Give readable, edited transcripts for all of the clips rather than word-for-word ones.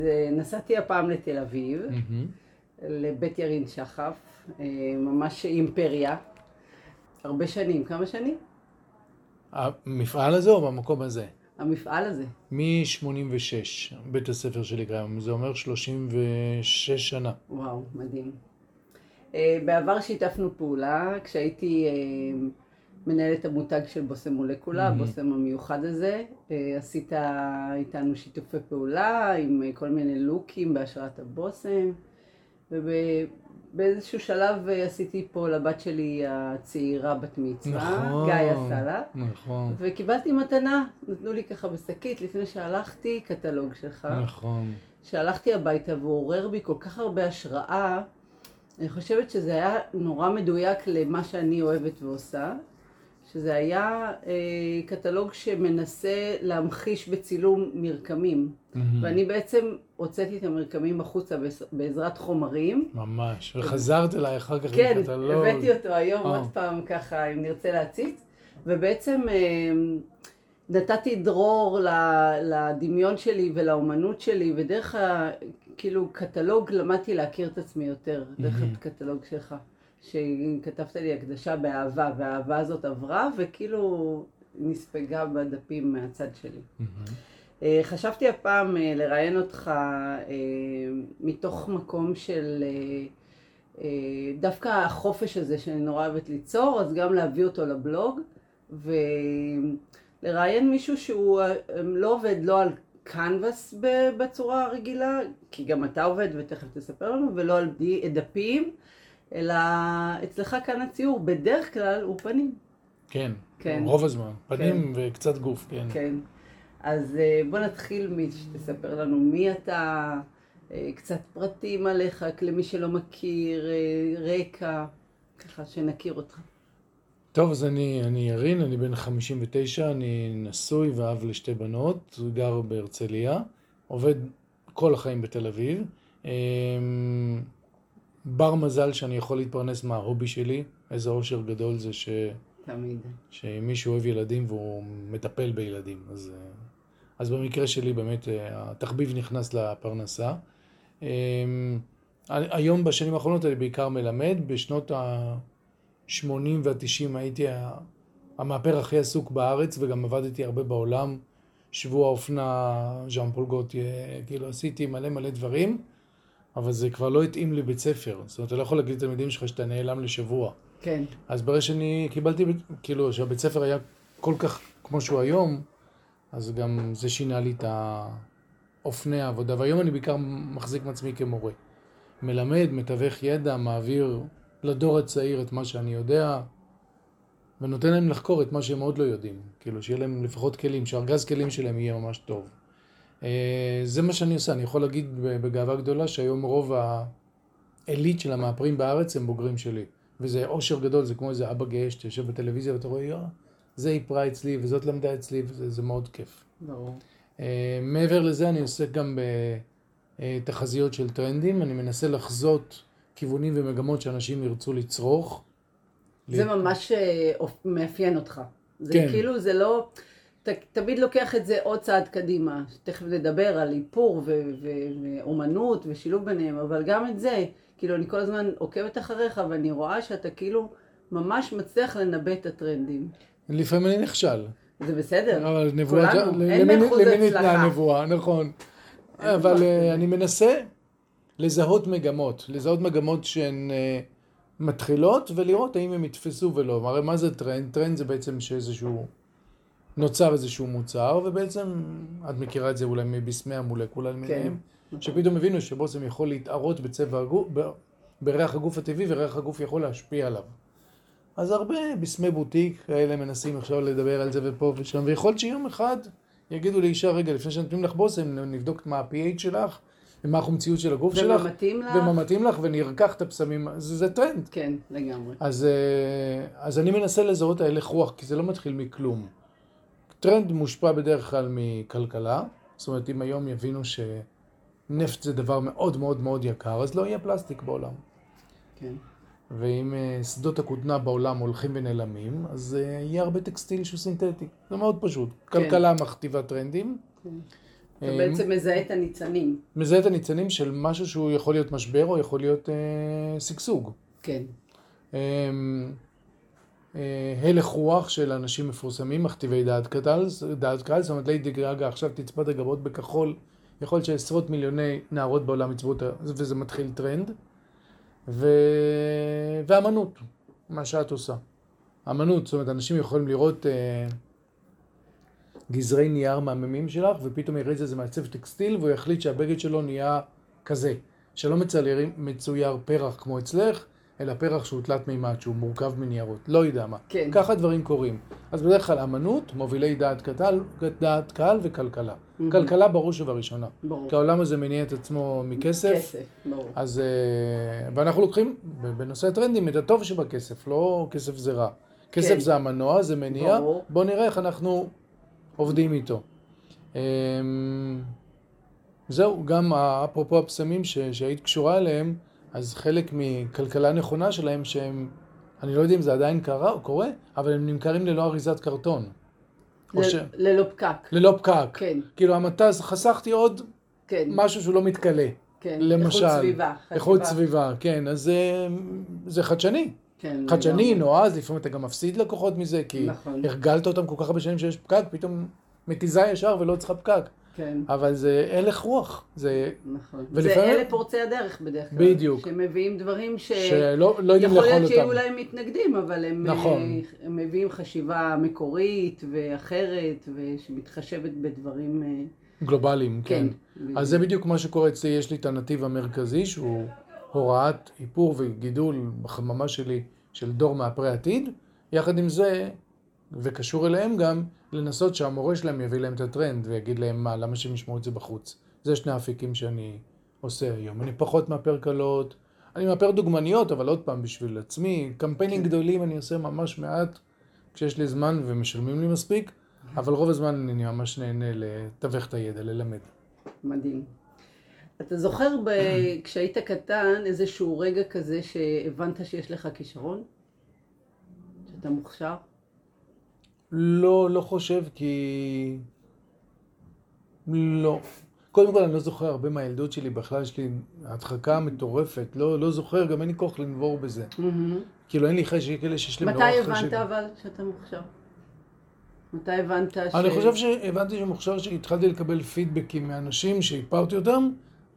נסעתי הפעם לתל אביב, לבית ירין שחף, ממש אימפריה, הרבה שנים, כמה שנים? המפעל הזה או במקום הזה? המפעל הזה. מ-86, בית הספר שלי קיים, זה אומר 36 שנה. וואו, מדהים. בעבר שיתפנו פעולה, כשהייתי מנהלת המותג של בושם מולקולה, הבושם המיוחד הזה, עשית איתנו שיתופי פעולה עם כל מיני לוקים בהשראת הבושם, ובאיזשהו שלב עשיתי פה לבת שלי הצעירה בת מצווה, נכון, גיא עשה לה, נכון. וקיבלתי מתנה, נתנו לי ככה בשקית לפני שהלכתי, קטלוג שלך. נכון. שהלכתי הביתה והוא עורר בי כל כך הרבה השראה, אני חושבת שזה היה נורא מדויק למה שאני אוהבת ועושה, שזה היה קטלוג שמנסה להמחיש בצילום מרקמים, ואני בעצם הוצאתי את המרקמים החוצה בעזרת חומרים. ממש, וחזרת אליי אחר כך כן, לקטלוג. הבאתי אותו היום עוד פעם ככה, אם נרצה להציץ, ובעצם נתתי דרור לדמיון שלי ולאומנות שלי, ודרך כאילו קטלוג למדתי להכיר את עצמי יותר, דרך הקטלוג שלך. שכתבת לי הקדשה באהבה, והאהבה הזאת עברה, וכאילו נספגה בדפים מהצד שלי. חשבתי הפעם לראיין אותך מתוך מקום של דווקא החופש הזה שאני נורא אוהבת ליצור, אז גם להביא אותו לבלוג, ולראיין מישהו שהוא לא עובד לא על קנבס בצורה רגילה, כי גם אתה עובד ותכף תספר לנו, ולא על דפים, אלא אצלך כאן הציור, בדרך כלל הוא פנים. כן, כן. רוב הזמן. פנים כן. וקצת גוף, כן. כן. אז בוא נתחיל שתספר לנו מי אתה, קצת פרטים עליך, למי שלא מכיר, רקע, ככה שנכיר אותך. טוב, אז אני ירין, אני בן 59, אני נשוי ואב לשתי בנות, גר בהרצליה, עובד כל החיים בתל אביב. בר מזל שאני יכול להתפרנס מההובי שלי, איזה אושר גדול זה תמיד. שמישהו אוהב ילדים והוא מטפל בילדים. אז במקרה שלי באמת התחביב נכנס לפרנסה. היום בשנים האחרונות אני בעיקר מלמד, בשנות ה-80 וה-90 הייתי המאפר הכי עסוק בארץ וגם עבדתי הרבה בעולם. שבוע האופנה, ז'אן פול גוטייה, כאילו עשיתי מלא דברים. אבל זה כבר לא התאים לבית ספר. זאת אומרת, אתה לא יכול להגיד לתלמידים שלך שאתה נעלם לשבוע. כן. אז ברגע שאני קיבלתי, כאילו, שהבית ספר היה כל כך כמו שהוא היום, אז גם זה שינה לי את האופני העבודה. והיום אני בעיקר מחזיק מעצמי כמורה. מלמד, מתווך ידע, מעביר לדור הצעיר את מה שאני יודע, ונותן להם לחקור את מה שהם עוד לא יודעים. כאילו, שיהיה להם לפחות כלים, שהארגז כלים שלהם יהיה ממש טוב. זה מה שאני עושה, אני יכול להגיד בגאווה גדולה שהיום רוב האליט של המאפרים בארץ הם בוגרים שלי. וזה אושר גדול, זה כמו איזה אבא גאה שאתה יושב בטלוויזיה ואתה רואה, זה איפרה אצלי וזאת למדה אצלי, וזה מאוד כיף. ברור. מעבר לזה אני עוסק גם בתחזיות של טרנדים, אני מנסה לחזות כיוונים ומגמות שאנשים ירצו לצרוך. זה ממש מאפיין אותך. זה כן. כאילו זה לא... תמיד לוקח את זה עוד צעד קדימה, תכף נדבר על איפור ואומנות ושילוב ביניהם, אבל גם את זה, כאילו אני כל הזמן עוקבת אחריך ואני רואה שאתה כאילו ממש מצליח לנבא את הטרנדים. לפעמים אני נכשל. זה בסדר, אבל נבואה, כולנו, אין מאחוז למי הצלחה. ניתנה הנבואה, נכון. אבל אני מנסה לזהות מגמות שהן מתחילות ולראות האם הם יתפסו ולא. הרי מה זה טרנד? טרנד זה בעצם שאיזשהו... נוצר איזשהו מוצר, ובעצם, את מכירה את זה אולי מבשמי המולקולה למיניהם, שפתאום הבינו שבושם יכול להתערות בצבע הגוף, בריח הגוף הטבעי, וריח הגוף יכול להשפיע עליו. אז הרבה בשמי בוטיק, האלה מנסים עכשיו לדבר על זה ופה ושם, ויכול שיום אחד יגידו לאישה, רגע, לפני שנותנים לך בושם, נבדוק מה ה-pH שלך, ומה החומציות של הגוף שלך, ומה מתאים לך, ונרקח את הפסמים, זה טרנד. כן, לגמרי. אז אני מנסה לזהות ההלך רוח, כי זה לא מתחיל מכלום. טרנד מושפע בדרך כלל מכלכלה, זאת אומרת, אם היום יבינו שנפט זה דבר מאוד מאוד מאוד יקר, אז לא יהיה פלסטיק בעולם. כן. ואם שדות הכותנה בעולם הולכים ונעלמים, אז יהיה הרבה טקסטיל שהוא סינתטי. זה מאוד פשוט. כלכלה מכתיבה טרנדים, אתה בעצם מזהה את הניצנים. מזהה את הניצנים של משהו שהוא יכול להיות משבר או יכול להיות סגסוג. כן. הלך רוח של אנשים מפורסמים, מכתיבי דעת קהל, זאת אומרת ליידי גאגה עכשיו תצפת הגבות בכחול, יכול להיות שעשרות מיליוני נערות בעולם יצבו אותה, וזה מתחיל טרנד. ואמנות, מה שאת עושה. אמנות, זאת אומרת אנשים יכולים לראות גזרי נייר מהממים שלך, ופתאום יראה את זה מעצב טקסטיל, והוא יחליט שהבגד שלו נהיה כזה, שלא מצויר פרח כמו אצלך, אלא פרח שהוא תלת מימד, שהוא מורכב מניירות, לא יודע מה. כן. ככה דברים קורים. אז בדרך כלל אמנות, מובילי דעת קהל וכלכלה. כלכלה בראש ובראשונה. ברור. כי העולם הזה מניע את עצמו מכסף. כסף, ברור. אז, ואנחנו לוקחים בנושא הטרנדים את הטוב שבכסף, לא כסף זה רע. כסף זה המנוע, זה מניע. ברור. בוא נראה איך אנחנו עובדים איתו. זהו, גם אפרופו הפסמים שהיית קשורה אליהם, אז חלק מכלכלה נכונה שלהם שהם, אני לא יודע אם זה עדיין קורה, אבל הם נמכרים ללא אריזת קרטון. ללא פקק. ללא פקק. כן. כאילו המטס, חסכתי עוד משהו שהוא לא מתכלה. כן, למשל. איכות סביבה. איכות סביבה, כן. אז זה חדשני. כן. חדשני, נועז, לפעמים אתה גם מפסיד לקוחות מזה, כי הרגלת אותם כל כך הרבה שנים שיש פקק, פתאום מתיזה ישר ולא צריכה פקק. כן. אבל זה הלך רוח. נכון. זה אלה פורצי הדרך בדרך כלל. בדיוק. שמביאים דברים שלא יודעים לאכול אותם. יכול להיות שיהיו להם מתנגדים, אבל הם, נכון. הם מביאים חשיבה מקורית ואחרת, ושמתחשבת בדברים גלובליים, כן. אז זה בדיוק מה שקורה אצלי, יש לי את הנתיב המרכזי, שהוא הוראת איפור וגידול בחממה שלי של דור מאפרי עתיד. יחד עם זה, וקשור אליהם גם, לנסות שהמורה שלהם יביא להם את הטרנד ויגיד להם מה, למה שהם ישמעו את זה בחוץ. זה שני האפיקים שאני עושה היום. אני פחות מאפר קלות, אני מאפר דוגמניות, אבל עוד פעם בשביל עצמי. קמפיינים גדולים אני עושה ממש מעט, כשיש לי זמן ומשלמים לי מספיק, אבל רוב הזמן אני ממש נהנה לתווך את הידע, ללמד. מדהים. אתה זוכר כשהיית קטן איזשהו רגע כזה שהבנת שיש לך כישרון? שאתה מוכשר? לא חושב כי... לא. קודם כל אני לא זוכר הרבה מהילדות שלי, בכלל יש לי הדחקה מטורפת, לא זוכר, גם אין לי כוח לנבור בזה. כאילו אין לי חשק כאלה שיש לי נורא חשק. מתי הבנת אבל שאתה מוכשר? מתי הבנת אני חושב שהבנתי שמוכשר שהתחלתי לקבל פידבקים מאנשים שהיפרתי אותם,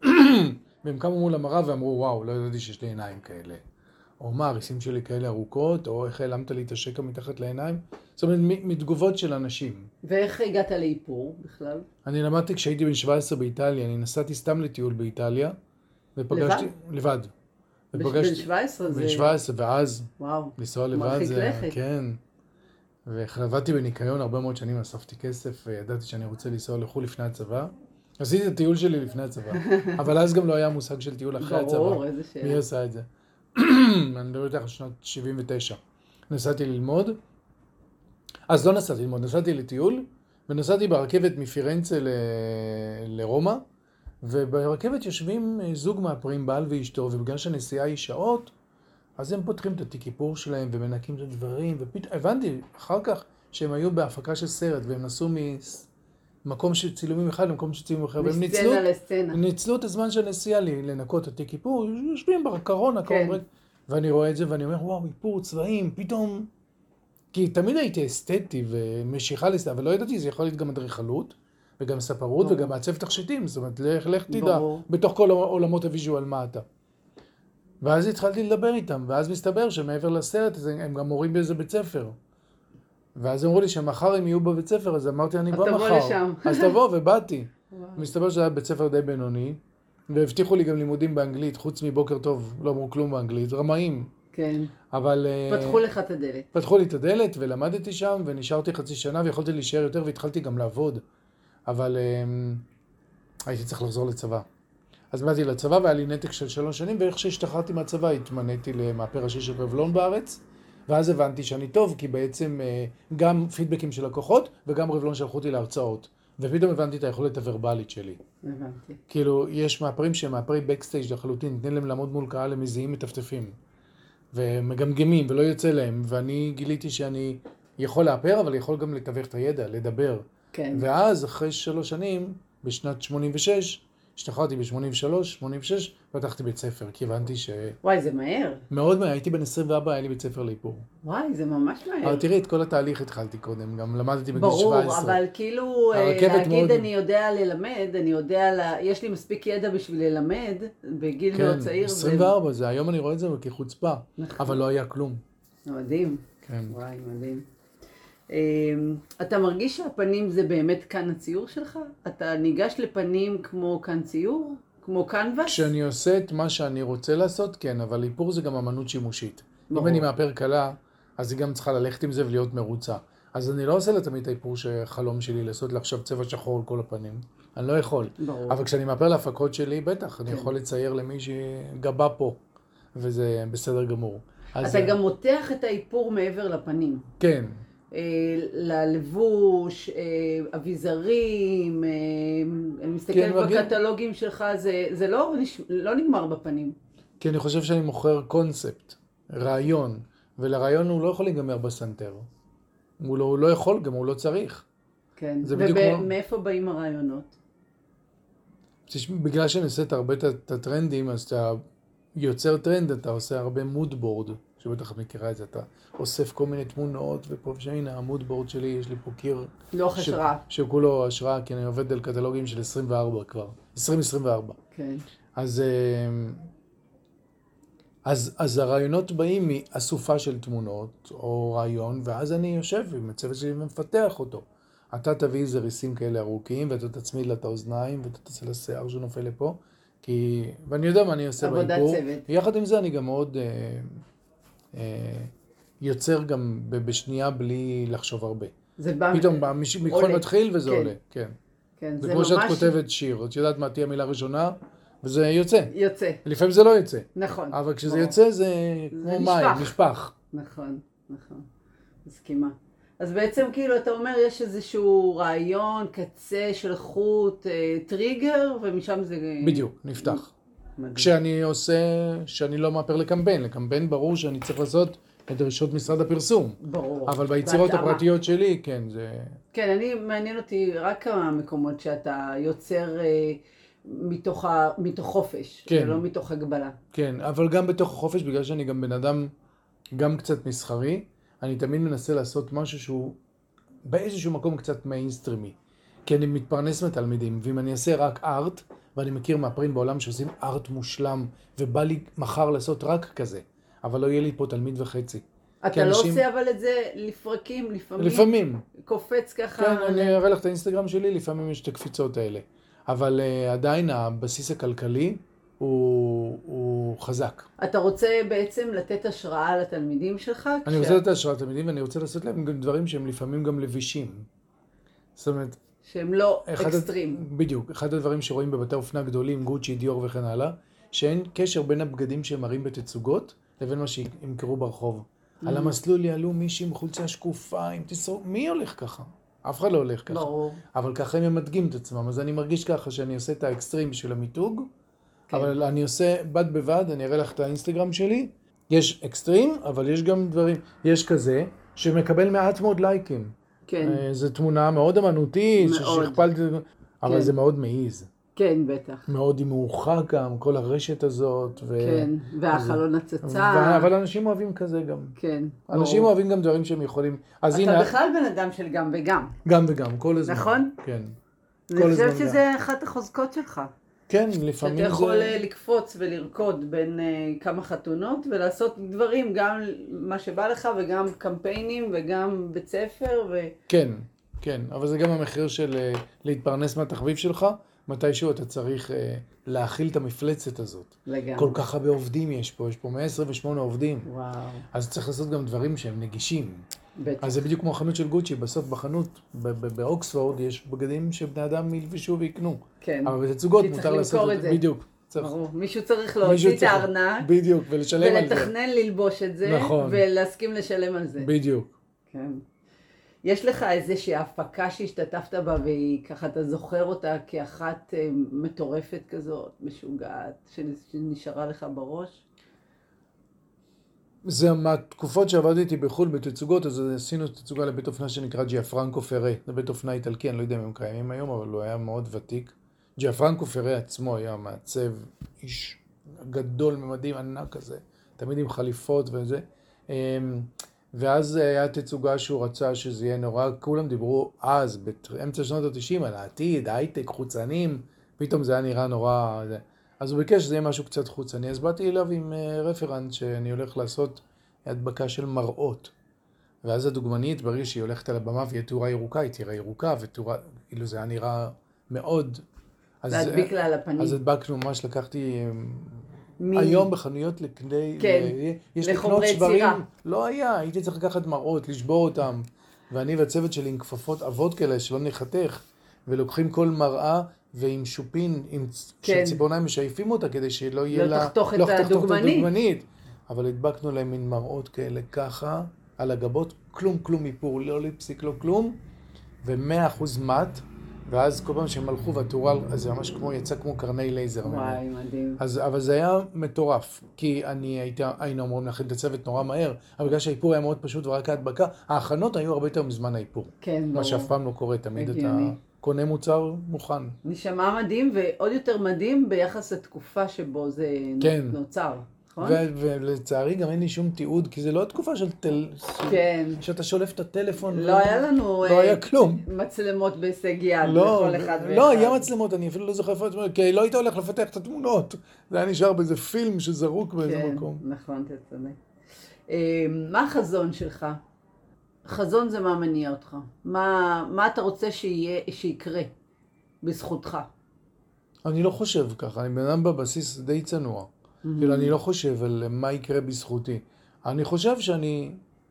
והם קמו מול המראה ואמרו, וואו, לא ידעתי שיש לי עיניים כאלה. או מה, הריסים שלי כאלה ארוכות, או איך העלמת לי את השקע מתחת לעיניים. זאת אומרת, מתגובות של אנשים. ואיך הגעת לאיפור בכלל? אני למדתי כשהייתי בן 17 באיטליה, אני נסעתי סתם לטיול באיטליה, ופגשתי... לבד? בן 17 זה... בן 17, ואז... וואו, לנסוע לבד מרחיק זה... לכת. כן. ועבדתי בניקיון הרבה מאוד שנים, אספתי כסף, וידעתי שאני רוצה לנסוע לחו"ל לפני הצבא. עשיתי את הטיול שלי לפני הצבא, אבל אז גם לא היה מושג של טיול אחרי הצבא. ברור, איזה שאלה. מי עשה את זה? אני מדבר איתך שנת 79. נסעתי ללמוד, אז לא נסעתי ללמוד, נסעתי לטיול, ונסעתי ברכבת מפירנצה לרומא, וברכבת יושבים זוג מאפרים, בעל ואשתו, ובגלל שהנסיעה היא שעות, אז הם פותחים את התיק איפור שלהם ומנקים את הדברים, ופתאום הבנתי אחר כך שהם היו בהפקה של סרט, והם נסעו ממקום של צילומים אחד למקום של צילומים אחר, והם ניצלו את הזמן של הנסיעה לנקות את התיק איפור, יושבים בקרון, ואני רואה את זה ואני אומר, וואו, איפור, צבעים, פתאום... כי תמיד הייתי אסתטי ומשיכה לסתיו, אבל לא ידעתי, זה יכול להיות גם אדריכלות, וגם ספרות, וגם מעצב תכשיטים, זאת אומרת, לך תדע, בתוך כל עולמות הוויז'ואל מה אתה. ואז התחלתי לדבר איתם, ואז מסתבר שמעבר לסרט, הם גם מורים באיזה בית ספר. ואז אמרו לי שמחר הם יהיו בבית ספר, אז אמרתי, אני בא מחר. אז תבוא, ובאתי. מסתבר שזה היה בית ספר די בינוני, והבטיחו לי גם לימודים באנגלית, חוץ מבוקר טוב, לא אמרו כלום באנגלית, רמאים. כן. אבל... פתחו לך את הדלת. פתחו לי את הדלת, ולמדתי שם, ונשארתי חצי שנה, ויכולתי להישאר יותר, והתחלתי גם לעבוד. אבל הייתי צריך לחזור לצבא. אז באתי לצבא, והיה לי נתק של 3 שנים, ואיך שהשתחררתי מהצבא, התמניתי למאפר ראשי של רבלון בארץ, ואז הבנתי שאני טוב, כי בעצם גם פידבקים של לקוחות, וגם רבלון שלחו אותי להרצאות. ופתאום הבנתי את היכולת הוורבלית שלי. הבנתי. כאילו, יש מאפרים שהם מאפרי בקסטייג' לחלוטין, נותנים להם לעמוד מול קהל, הם מזיעים מטפטפים. ומגמגמים, ולא יוצא להם, ואני גיליתי שאני יכול לאפר, אבל יכול גם לתווך את הידע, לדבר. כן. ואז, אחרי 3 שנים, בשנת 86, השתחררתי ב-83, 86, פתחתי בית ספר, כי הבנתי וואי, זה מהר. מאוד מהר, הייתי בן 24, היה לי בית ספר לאיפור. וואי, זה ממש מהר. אבל תראי, את כל התהליך התחלתי קודם, גם למדתי בגיל 17. ברור, אבל כאילו להגיד אני יודע ללמד, יש לי מספיק ידע בשביל ללמד, בגיל מאוד צעיר. 24, זה היום אני רואה את זה כחוצפה, אבל לא היה כלום. מדהים. כן. וואי, מדהים. אתה מרגיש שהפנים זה באמת כאן הציור שלך? אתה ניגש לפנים כמו כאן ציור? כמו קנבס? כשאני עושה את מה שאני רוצה לעשות, כן, אבל איפור זה גם אמנות שימושית. אם אני מאפר קלה, אז היא גם צריכה ללכת עם זה ולהיות מרוצה. אז אני לא עושה לה תמיד את האיפור שחלום שלי לעשות לה עכשיו צבע שחור על כל הפנים. אני לא יכול. ברור. אבל כשאני מאפר להפקות שלי, בטח, אני יכול לצייר למי שגבה פה, וזה בסדר גמור. אתה גם מותח את האיפור מעבר לפנים. כן. ללבוש, אביזרים, אני מסתכלת בקטלוגים שלך, זה לא נגמר בפנים. כי אני חושב שאני מוכר קונספט, רעיון, ולרעיון הוא לא יכול להיגמר בסנטר. הוא לא יכול, גם הוא לא צריך. כן, ומאיפה באים הרעיונות? בגלל שאני עושה הרבה את הטרנדים, אז אתה יוצר טרנד, אתה עושה הרבה מודבורד, שבטח את מכירה את זה, אתה אוסף כל מיני תמונות, ופה ושהנה, המודבורד שלי, יש לי פה קיר. לוח השראה. שכולו השראה, כי אני עובד על קטלוגים של 24 כבר, 2024. כן. אז הרעיונות באים מאסופה של תמונות, או רעיון, ואז אני יושב עם הצוות שלי ומפתח אותו. אתה תביא איזה ריסים כאלה ארוכים, ואתה תצמיד לה את האוזניים, ואתה תעשה לה שיער שנופל לפה, ואני יודע מה אני עושה באיפור. עבודת צוות. יחד עם זה אני גם מאוד יוצר גם בשנייה בלי לחשוב הרבה. זה בא... פתאום מכחול מתחיל וזה כן. עולה, כן. כן, זה כמו שאת כותבת שיר, את יודעת מה תהיה המילה הראשונה, וזה יוצא. יוצא. לפעמים זה לא יוצא. נכון. אבל כשזה יוצא זה כמו מים, נשפך. נכון, נכון. מסכימה. אז בעצם כאילו אתה אומר יש איזשהו רעיון, קצה של חוט, טריגר, ומשם זה... בדיוק, נפתח. כשאני עושה, שאני לא מאפר לקמפיין. לקמפיין ברור שאני צריך לעשות את דרישות משרד הפרסום. ברור. אבל ביצירות הפרטיות שלי, כן, זה... כן, מעניין אותי רק כמה מקומות שאתה יוצר מתוך חופש, כן. ולא מתוך הגבלה. כן, אבל גם בתוך החופש, בגלל שאני גם בן אדם גם קצת מסחרי, אני תמיד מנסה לעשות משהו שהוא באיזשהו מקום קצת מיינסטרימי. כי אני מתפרנס מתלמידים, ואם אני אעשה רק ארט, ואני מכיר מאפרים בעולם שעושים ארט מושלם, ובא לי מחר לעשות רק כזה, אבל לא יהיה לי פה תלמיד וחצי. אתה לא עושה אבל את זה לפרקים, לפעמים? לפעמים. קופץ ככה? כן, אני אראה לך את האינסטגרם שלי, לפעמים יש את הקפיצות האלה. אבל עדיין הבסיס הכלכלי הוא חזק. אתה רוצה בעצם לתת השראה לתלמידים שלך? אני רוצה לתת השראה לתלמידים, ואני רוצה לעשות להם גם דברים שהם לפעמים גם לבישים. זאת אומרת... שהם לא אקסטרים. בדיוק. אחד הדברים שרואים בבתי אופנה גדולים, גוצ'י, דיור וכן הלאה, שאין קשר בין הבגדים שהם מראים בתצוגות, לבין מה שימכרו ברחוב. על המסלול יעלו מישהי עם חולצה שקופה, עם תסרוק, מי הולך ככה? אף אחד לא הולך ככה. ברור. אבל ככה הם ממדגים את עצמם, אז אני מרגיש ככה שאני עושה את האקסטרים בשביל המיתוג, אבל אני עושה בד בבד, אני אראה לך את האינסטגרם שלי, יש אקסטרים, אבל יש גם דברים, יש כזה שמקבל מעט מאוד לייקים. כן. זו תמונה מאוד אמנותית, ששכפלתי, אבל זה מאוד מעיז. כן, בטח. מאוד היא מאוחר גם, כל הרשת הזאת. כן, והחלון הצצה. אבל אנשים אוהבים כזה גם. כן. אנשים אוהבים גם דברים שהם יכולים. אתה בכלל בן אדם של גם וגם. גם וגם, כל הזמן. נכון? כן. אני חושבת שזה אחת החוזקות שלך. כן, לפעמים זה... שאתה יכול לקפוץ ולרקוד בין כמה חתונות ולעשות דברים, גם מה שבא לך וגם קמפיינים וגם בית ספר כן, כן, אבל זה גם המחיר של להתפרנס מהתחביב שלך. מתישהו אתה צריך להכיל את המפלצת הזאת. לגמרי. כל כך הרבה עובדים יש פה 128 עובדים. וואו. אז צריך לעשות גם דברים שהם נגישים. בטח. אז זה בדיוק כמו החנות של גוצ'י, בסוף בחנות, באוקספורד, יש בגדים שבני אדם ילבשו ויקנו. כן. אבל בתצוגות מותר לעשות את זה. בדיוק. ברור. מישהו צריך להוציא את הארנק. בדיוק, ולשלם על זה. ולתכנן ללבוש את זה. נכון. ולהסכים לשלם על זה. בדיוק. כן. יש לך איזושהי הפקה שהשתתפת בה והיא ככה, אתה זוכר אותה כאחת מטורפת כזאת, משוגעת, שנשארה לך בראש? זה מהתקופות שעבדתי בחו"ל בתצוגות, אז עשינו תצוגה לבית אופנה שנקרא ג'יאפרנקו פרה. זה בית אופנה איטלקי, אני לא יודע אם הם קיימים היום, אבל הוא היה מאוד ותיק. ג'יאפרנקו פרה עצמו היה מעצב, איש גדול ממדים, ענק כזה, תמיד עם חליפות וזה. ואז היה תצוגה שהוא רצה שזה יהיה נורא, כולם דיברו אז, באמצע שנות ה-90, על העתיד, הייטק, חוצנים, פתאום זה היה נראה נורא... אז הוא ביקש שזה יהיה משהו קצת חוצני, אז באתי אליו עם רפרנט שאני הולך לעשות הדבקה של מראות. ואז הדוגמנית, ברגע שהיא הולכת על הבמה ויהיה תאורה ירוקה, היא תראה ירוקה, ותאורה, כאילו זה היה נראה מאוד... להדביק לה על הפנים. אז הדבקנו ממש, לקחתי... היום בחנויות לכדי... כן, יש לקנות שברים, לא היה, הייתי צריך לקחת מראות, לשבור אותם. ואני והצוות שלי עם כפפות אבות כאלה שלא נחתך, ולוקחים כל מראה ועם שופין, עם ציפורניים משייפים אותה כדי שלא יהיה לה... לא תחתוך את הדוגמנית. אבל הדבקנו להם מין מראות כאלה ככה, על הגבות, כלום איפור, לא ליפסיק, לא כלום, ו100% מט. ואז כל פעם שהם הלכו והתאורה, אז זה ממש כמו, יצא כמו קרני לייזר. וואי, מדהים. אבל זה היה מטורף, כי היינו אמורים להכין את הצוות נורא מהר, אבל בגלל שהאיפור היה מאוד פשוט ורק ההדבקה, ההכנות היו הרבה יותר מזמן האיפור. כן, ברור. מה שאף פעם לא קורה, תמיד אתה קונה מוצר מוכן. נשמע מדהים, ועוד יותר מדהים ביחס לתקופה שבו זה נוצר. ולצערי גם אין לי שום תיעוד, כי זה לא התקופה של שאתה שולף את הטלפון. לא היה לנו... לא היה כלום. מצלמות בהישג יד לכל אחד ואחד. לא, היה מצלמות, אני אפילו לא זוכר איפה, כי לא היית הולך לפתח את התמונות. זה היה נשאר באיזה פילם שזרוק באיזה מקום. כן, נכון, תצטנק. מה החזון שלך? חזון זה מה מניע אותך. מה אתה רוצה שיקרה בזכותך? אני לא חושב ככה, אני בן אדם בבסיס די צנוע. כאילו, אני לא חושב על מה יקרה בזכותי. אני חושב שאני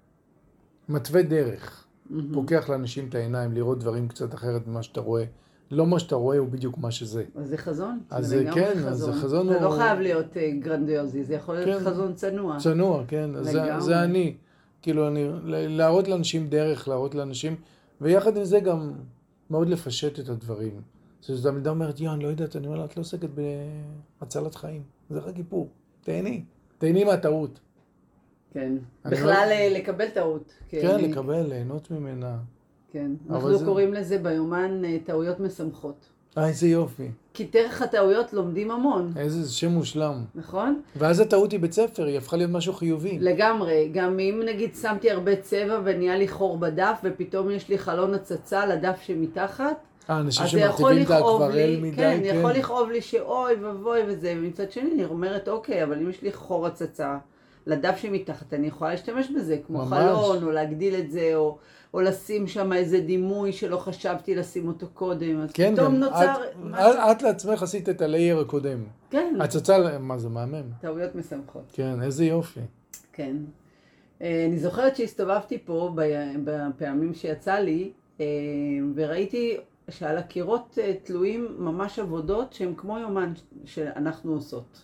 מתווה דרך. פוקח לאנשים את העיניים, לראות דברים קצת אחרת ממה שאתה רואה. לא מה שאתה רואה הוא בדיוק מה שזה. אז זה חזון. אז זה כן, אז זה חזון הוא... זה לא חייב להיות גרנדיוזי, זה יכול להיות חזון צנוע. צנוע, כן. זה אני. כאילו, להראות לאנשים דרך, להראות לאנשים, ויחד עם זה גם מאוד לפשט את הדברים. זאת אומרת, אומרת, אני לא יודעת, אני אומרת, את לא עוסקת בהצלת חיים. זה רק איפור. תהני מהטעות. כן. בכלל לקבל טעות. כן, לקבל, ליהנות ממנה. כן. אנחנו קוראים לזה ביומן טעויות משמחות. איזה יופי. כי דרך הטעויות לומדים המון. איזה שם מושלם. נכון? ואז הטעות היא בית ספר, היא הפכה להיות משהו חיובי. לגמרי. גם אם נגיד שמתי הרבה צבע ונהיה לי חור בדף, ופתאום יש לי חלון הצצה לדף שמתחת, אנשים שמרטיבים את האקוורל מדי, כן. יכול לכאוב לי שאוי ובוי וזה, ומצד שני אני אומרת, אוקיי, אבל אם יש לי חור הצצה לדף שמתחת, אני יכולה להשתמש בזה, כמו ממש. חלון, או להגדיל את זה, או לשים שם איזה דימוי שלא חשבתי לשים אותו קודם, אז כן, פתאום נוצר... את לעצמך עשית את הלייר הקודם. כן. הצצה, מה זה מהמם? טעויות משמחות. כן, איזה יופי. כן. אני זוכרת שהסתובבתי פה בפעמים שיצא לי, וראיתי... שעל הקירות תלויים ממש עבודות שהן כמו יומן שאנחנו עושות.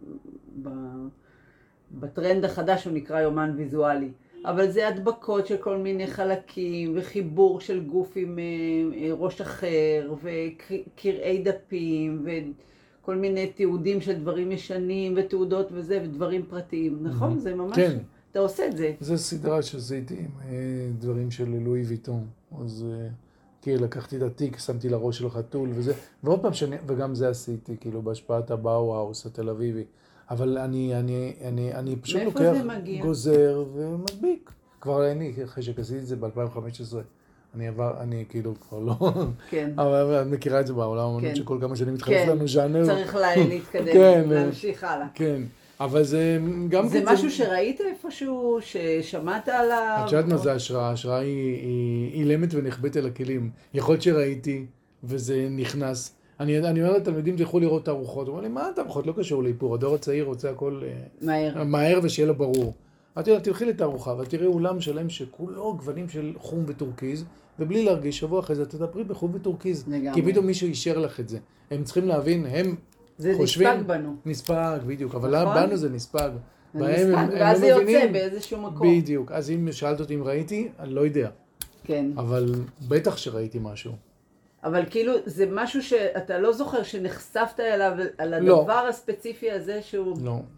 בטרנד החדש הוא נקרא יומן ויזואלי. אבל זה הדבקות של כל מיני חלקים וחיבור של גוף עם ראש אחר וקרעי דפים וכל מיני תיעודים של דברים ישנים ותעודות וזה ודברים פרטיים. נכון? זה ממש... כן. אתה עושה את זה. זה סדרה שעשיתי עם דברים של לואי ויטון. אז... כי לקחתי את התיק, שמתי לראש של חתול וזה, ועוד פעם וגם זה עשיתי, כאילו בהשפעת הבאו-האוס התל אביבי. אבל אני פשוט לוקח גוזר ומדביק. כבר אני, אחרי שעשיתי את זה ב-2015, אני כאילו כבר לא... כן. אבל אני מכירה את זה בעולם האמנות שכל כמה שנים מתחלף לנו ז'אנר. צריך להתקדם, להמשיך הלאה. כן. אבל זה גם... זה משהו שראית איפשהו, ששמעת עליו? את יודעת מה זה השראה? ההשראה היא אילמת ונחבאת אל הכלים. יכול להיות שראיתי, וזה נכנס. אני אומר לתלמידים, תלכו לראות תערוכות. הוא אומר לי, מה תערוכות? לא קשור לאיפור. הדור הצעיר רוצה הכל מהר ושיהיה לו ברור. את יודעת, תלכי לתערוכה, ותראי אולם שלם שכולו גוונים של חום וטורקיז, ובלי להרגיש, שבוע אחרי זה תדברי בחום וטורקיז. כי פתאום מישהו אישר לך את זה. הם צריכים להבין, הם... זה נספג בנו. נספג, בדיוק. אבל בנו זה נספג. ואז זה יוצא באיזשהו מקום. בדיוק. אז אם שאלת אותי אם ראיתי, אני לא יודע. כן. אבל בטח שראיתי משהו. אבל כאילו זה משהו שאתה לא זוכר שנחשפת אליו, על הדבר הספציפי הזה שהוא... לא. לא.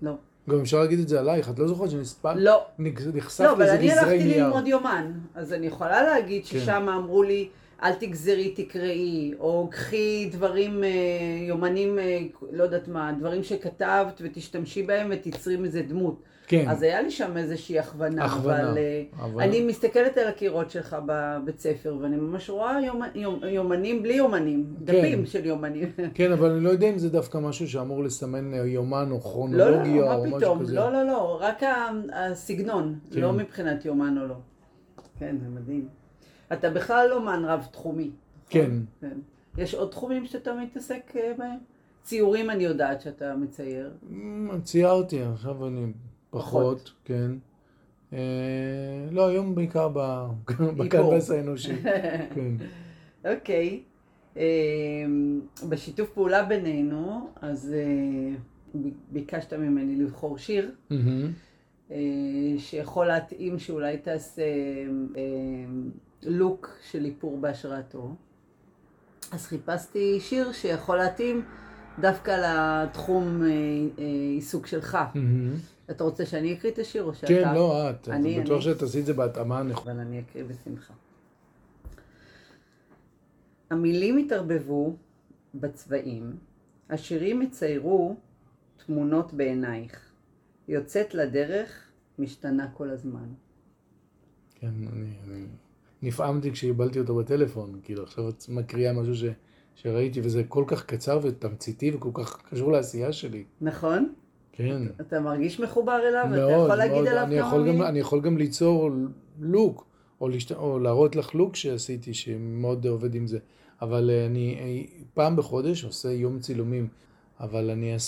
גם אפשר להגיד את זה עלייך, את לא זוכרת שנחשף לא. לזה לא, אבל גזרי אני הלכתי נייר. ללמוד יומן, אז אני יכולה להגיד ששם אמרו לי, אל תגזרי, תקראי, או קחי דברים, יומנים, לא יודעת מה, דברים שכתבת ותשתמשי בהם ותצרי מזה דמות. כן. אז היה לי שם איזושהי הכוונה, אבל אני מסתכלת על הקירות שלך בבית ספר, ואני ממש רואה יומנים בלי יומנים, דפים של יומנים. כן, אבל אני לא יודע אם זה דווקא משהו שאמור לסמן יומן או כרונולוגיה או משהו כזה. לא, רק הסגנון, לא מבחינת יומן או לא. כן, זה מדהים. אתה בכלל אומן רב תחומי. כן. יש עוד תחומים שאתה מתעסק בהם? ציורים אני יודעת שאתה מצייר. ציירתי, עכשיו אני פחות, כן. לא, היום בעיקר בקנבס האנושי. אוקיי. בשיתוף פעולה בינינו, אז ביקשת ממני לבחור שיר. שיכול להתאים שאולי תעשה לוק של איפור בהשראתו. אז חיפשתי שיר שיכול להתאים דווקא לתחום עיסוק שלך. אתה רוצה שאני אקריא את השיר או שאתה? כן, לא, את. אני בטוח שתעשי את זה בהתאמה הנכונה. אבל אני אקריא בשמחה. המילים התערבבו בצבעים, השירים יציירו תמונות בעינייך. יוצאת לדרך, משתנה כל הזמן. כן, אני נפעמתי כשהיבלתי אותו בטלפון, כאילו עכשיו את מקריאה משהו שראיתי, וזה כל כך קצר ותמציתי וכל כך קשור לעשייה שלי. נכון? כן. אתה מרגיש מחובר אליו? מאוד, אתה יכול להגיד עליו כמה מילים? אני יכול גם ליצור לוק, או להראות לך לוק שעשיתי, שמאוד עובד עם זה. אבל אני פעם בחודש עושה יום צילומים, אבל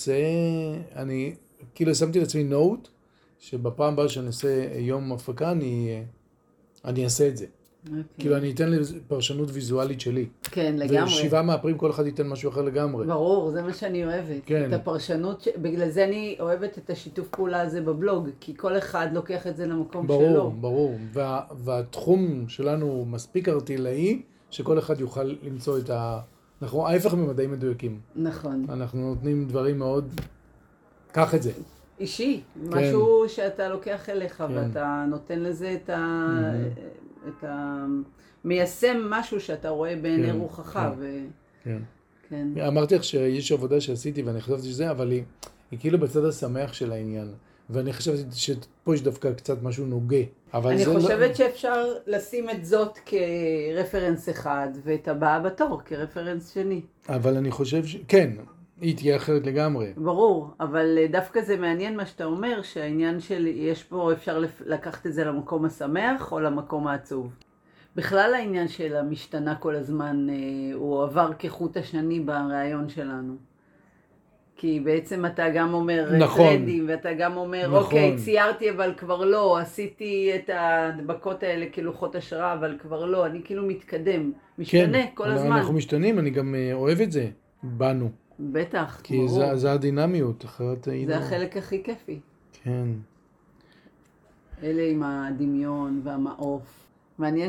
אני כאילו שמתי לעצמי נוט, שבפעם הבאה שאני עושה יום הפקה, אני אעשה את זה. כאילו אני אתן לפרשנות ויזואלית שלי. כן, לגמרי. ו7 מאפרים כל אחד ייתן משהו אחר לגמרי. ברור, זה מה שאני אוהבת. כן. את הפרשנות, בגלל זה אני אוהבת את השיתוף פעולה הזה בבלוג, כי כל אחד לוקח את זה למקום שלו. ברור. והתחום שלנו הוא מספיק ארטילאי, שכל אחד יוכל למצוא את אנחנו ההפך ממדעים מדויקים. נכון. אנחנו נותנים דברים מאוד, קח את זה. אישי, משהו שאתה לוקח אליך, ואתה נותן לזה את מיישם משהו שאתה רואה בעיני רוחך. כן. אמרתי לך שיש עבודה שעשיתי ואני חשבתי שזה, אבל היא כאילו בצד השמח של העניין. ואני חשבתי שפה יש דווקא קצת משהו נוגה. אני חושבת שאפשר לשים את זאת כרפרנס אחד, ואת הבאה בתור כרפרנס שני. אבל אני חושב כן. היא תהיה אחרת לגמרי. ברור, אבל דווקא זה מעניין מה שאתה אומר, שהעניין של יש פה אפשר לקחת את זה למקום השמח או למקום העצוב. בכלל העניין של המשתנה כל הזמן הוא עבר כחוט השני ברעיון שלנו. כי בעצם אתה גם אומר טרנדים, ואתה גם אומר אוקיי, ציירתי אבל כבר לא, עשיתי את ההדבקות האלה כלוחות השראה, אבל כבר לא, אני כאילו מתקדם, משתנה כל הזמן. אנחנו משתנים, אני גם אוהב את זה, בנו. בטח, כי זה הדינמיות, אחרת היינו... זה החלק הכי כיפי. כן. אלה עם הדמיון והמעוף. מעניין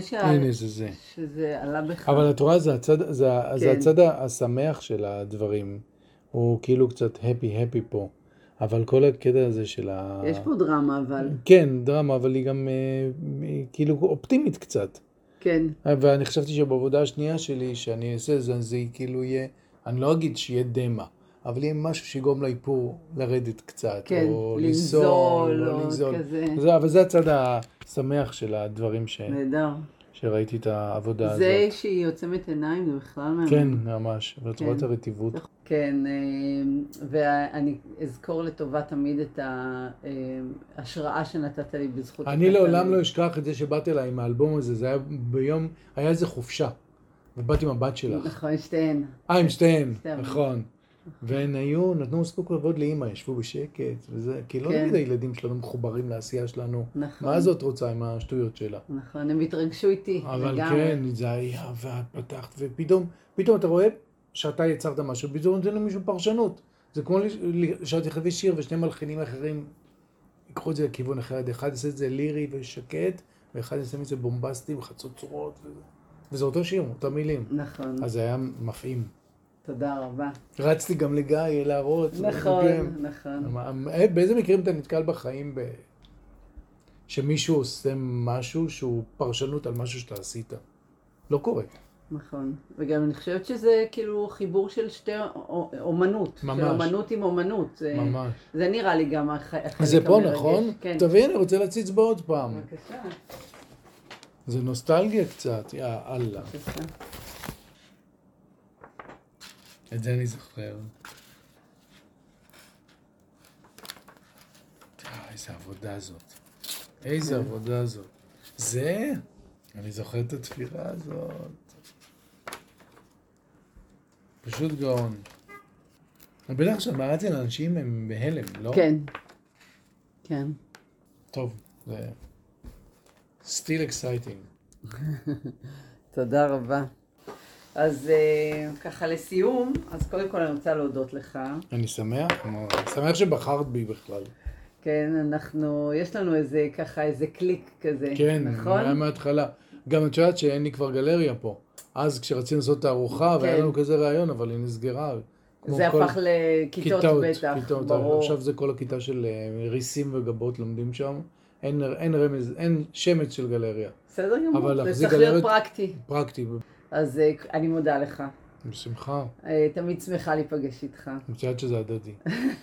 שזה עלה בך. אבל את רואה, זה הצד השמח של הדברים. הוא כאילו קצת הפי פה. אבל כל הקטע הזה של יש פה דרמה אבל. כן, דרמה, אבל היא גם כאילו אופטימית קצת. כן. ואני חשבתי שבעבודה השנייה שלי, שאני אעשה זה כאילו יהיה... אני לא אגיד שיהיה דמה, אבל יהיה משהו שיגרום לאיפור לרדת קצת, כן, או לנזול, או כזה. אבל זה הצד השמח של הדברים נהדר. שראיתי את העבודה הזאת. זה שהיא יוצמת עיניים, זה בכלל מהמם. כן, ממש, ואת רואה את הרטיבות. כן, ואני אזכור לטובה תמיד את ההשראה שנתת לי בזכות. אני לעולם לא אשכח את זה שבאת אליי עם האלבום הזה, זה היה ביום, היה איזה חופשה. ובאתי עם הבת שלך. נכון, שתיהן. עם שתיהן, נכון. והן היו, נתנו מספיק כבוד לאמא, ישבו בשקט, וזה, כי לא נגיד הילדים שלנו מחוברים לעשייה שלנו. נכון. מה זאת רוצה עם השטויות שלה? נכון, הם התרגשו איתי. אבל כן, זה היה, ואת פתחת, ופתאום אתה רואה שאתה יצרת משהו, פתאום נותן למישהו פרשנות. זה כמו שאת תכתבי שיר ושני מלחינים אחרים, יקחו את זה לכיוון אחר, אחד יעשה את זה לירי ושקט, ואחד יעשה את זה בומבסטי וחצוצרות וזה. וזה אותו שיר, אותם מילים. נכון. אז זה היה מפעים. תודה רבה. רצתי גם לגיא להראות. נכון, נכון. באיזה מקרים אתה נתקל בחיים שמישהו עושה משהו שהוא פרשנות על משהו שאתה עשית? לא קורה. נכון. וגם אני חושבת שזה כאילו חיבור של שתי אומנות. ממש. של אומנות עם אומנות. ממש. זה נראה לי גם החלק המרגש. זה פה, נכון? כן. תביא, אני רוצה להציץ בו עוד פעם. בבקשה. זה נוסטלגיה קצת, יא אללה. בבקשה. את זה אני זוכר. איזה עבודה זאת. איזה עבודה זאת. זה? אני זוכר את התפירה הזאת. פשוט גאון. בטח שמעתי לאנשים הם בהלם, לא? כן. כן. טוב, זה still exciting. תודה רבה. אז ככה לסיום, אז קודם כל אני רוצה להודות לך. אני שמח, שמח שבחרת בי בכלל. כן, יש לנו איזה ככה, איזה קליק כזה, כן, נכון? היה מההתחלה. גם את יודעת שאין לי כבר גלריה פה. אז כשרצינו לעשות את הארוחה, והיה לנו כזה רעיון, אבל היא נסגרה. זה הפך לכיתות בטח, ברור. עכשיו זה כל הכיתה של ריסים וגבות לומדים שם. אין רמז, אין שמץ של גלריה. בסדר גמור, זה צריך להיות פרקטי. פרקטי. אז אני מודה לך. בשמחה. תמיד שמחה להיפגש איתך. אני חושבת שזה הדדי.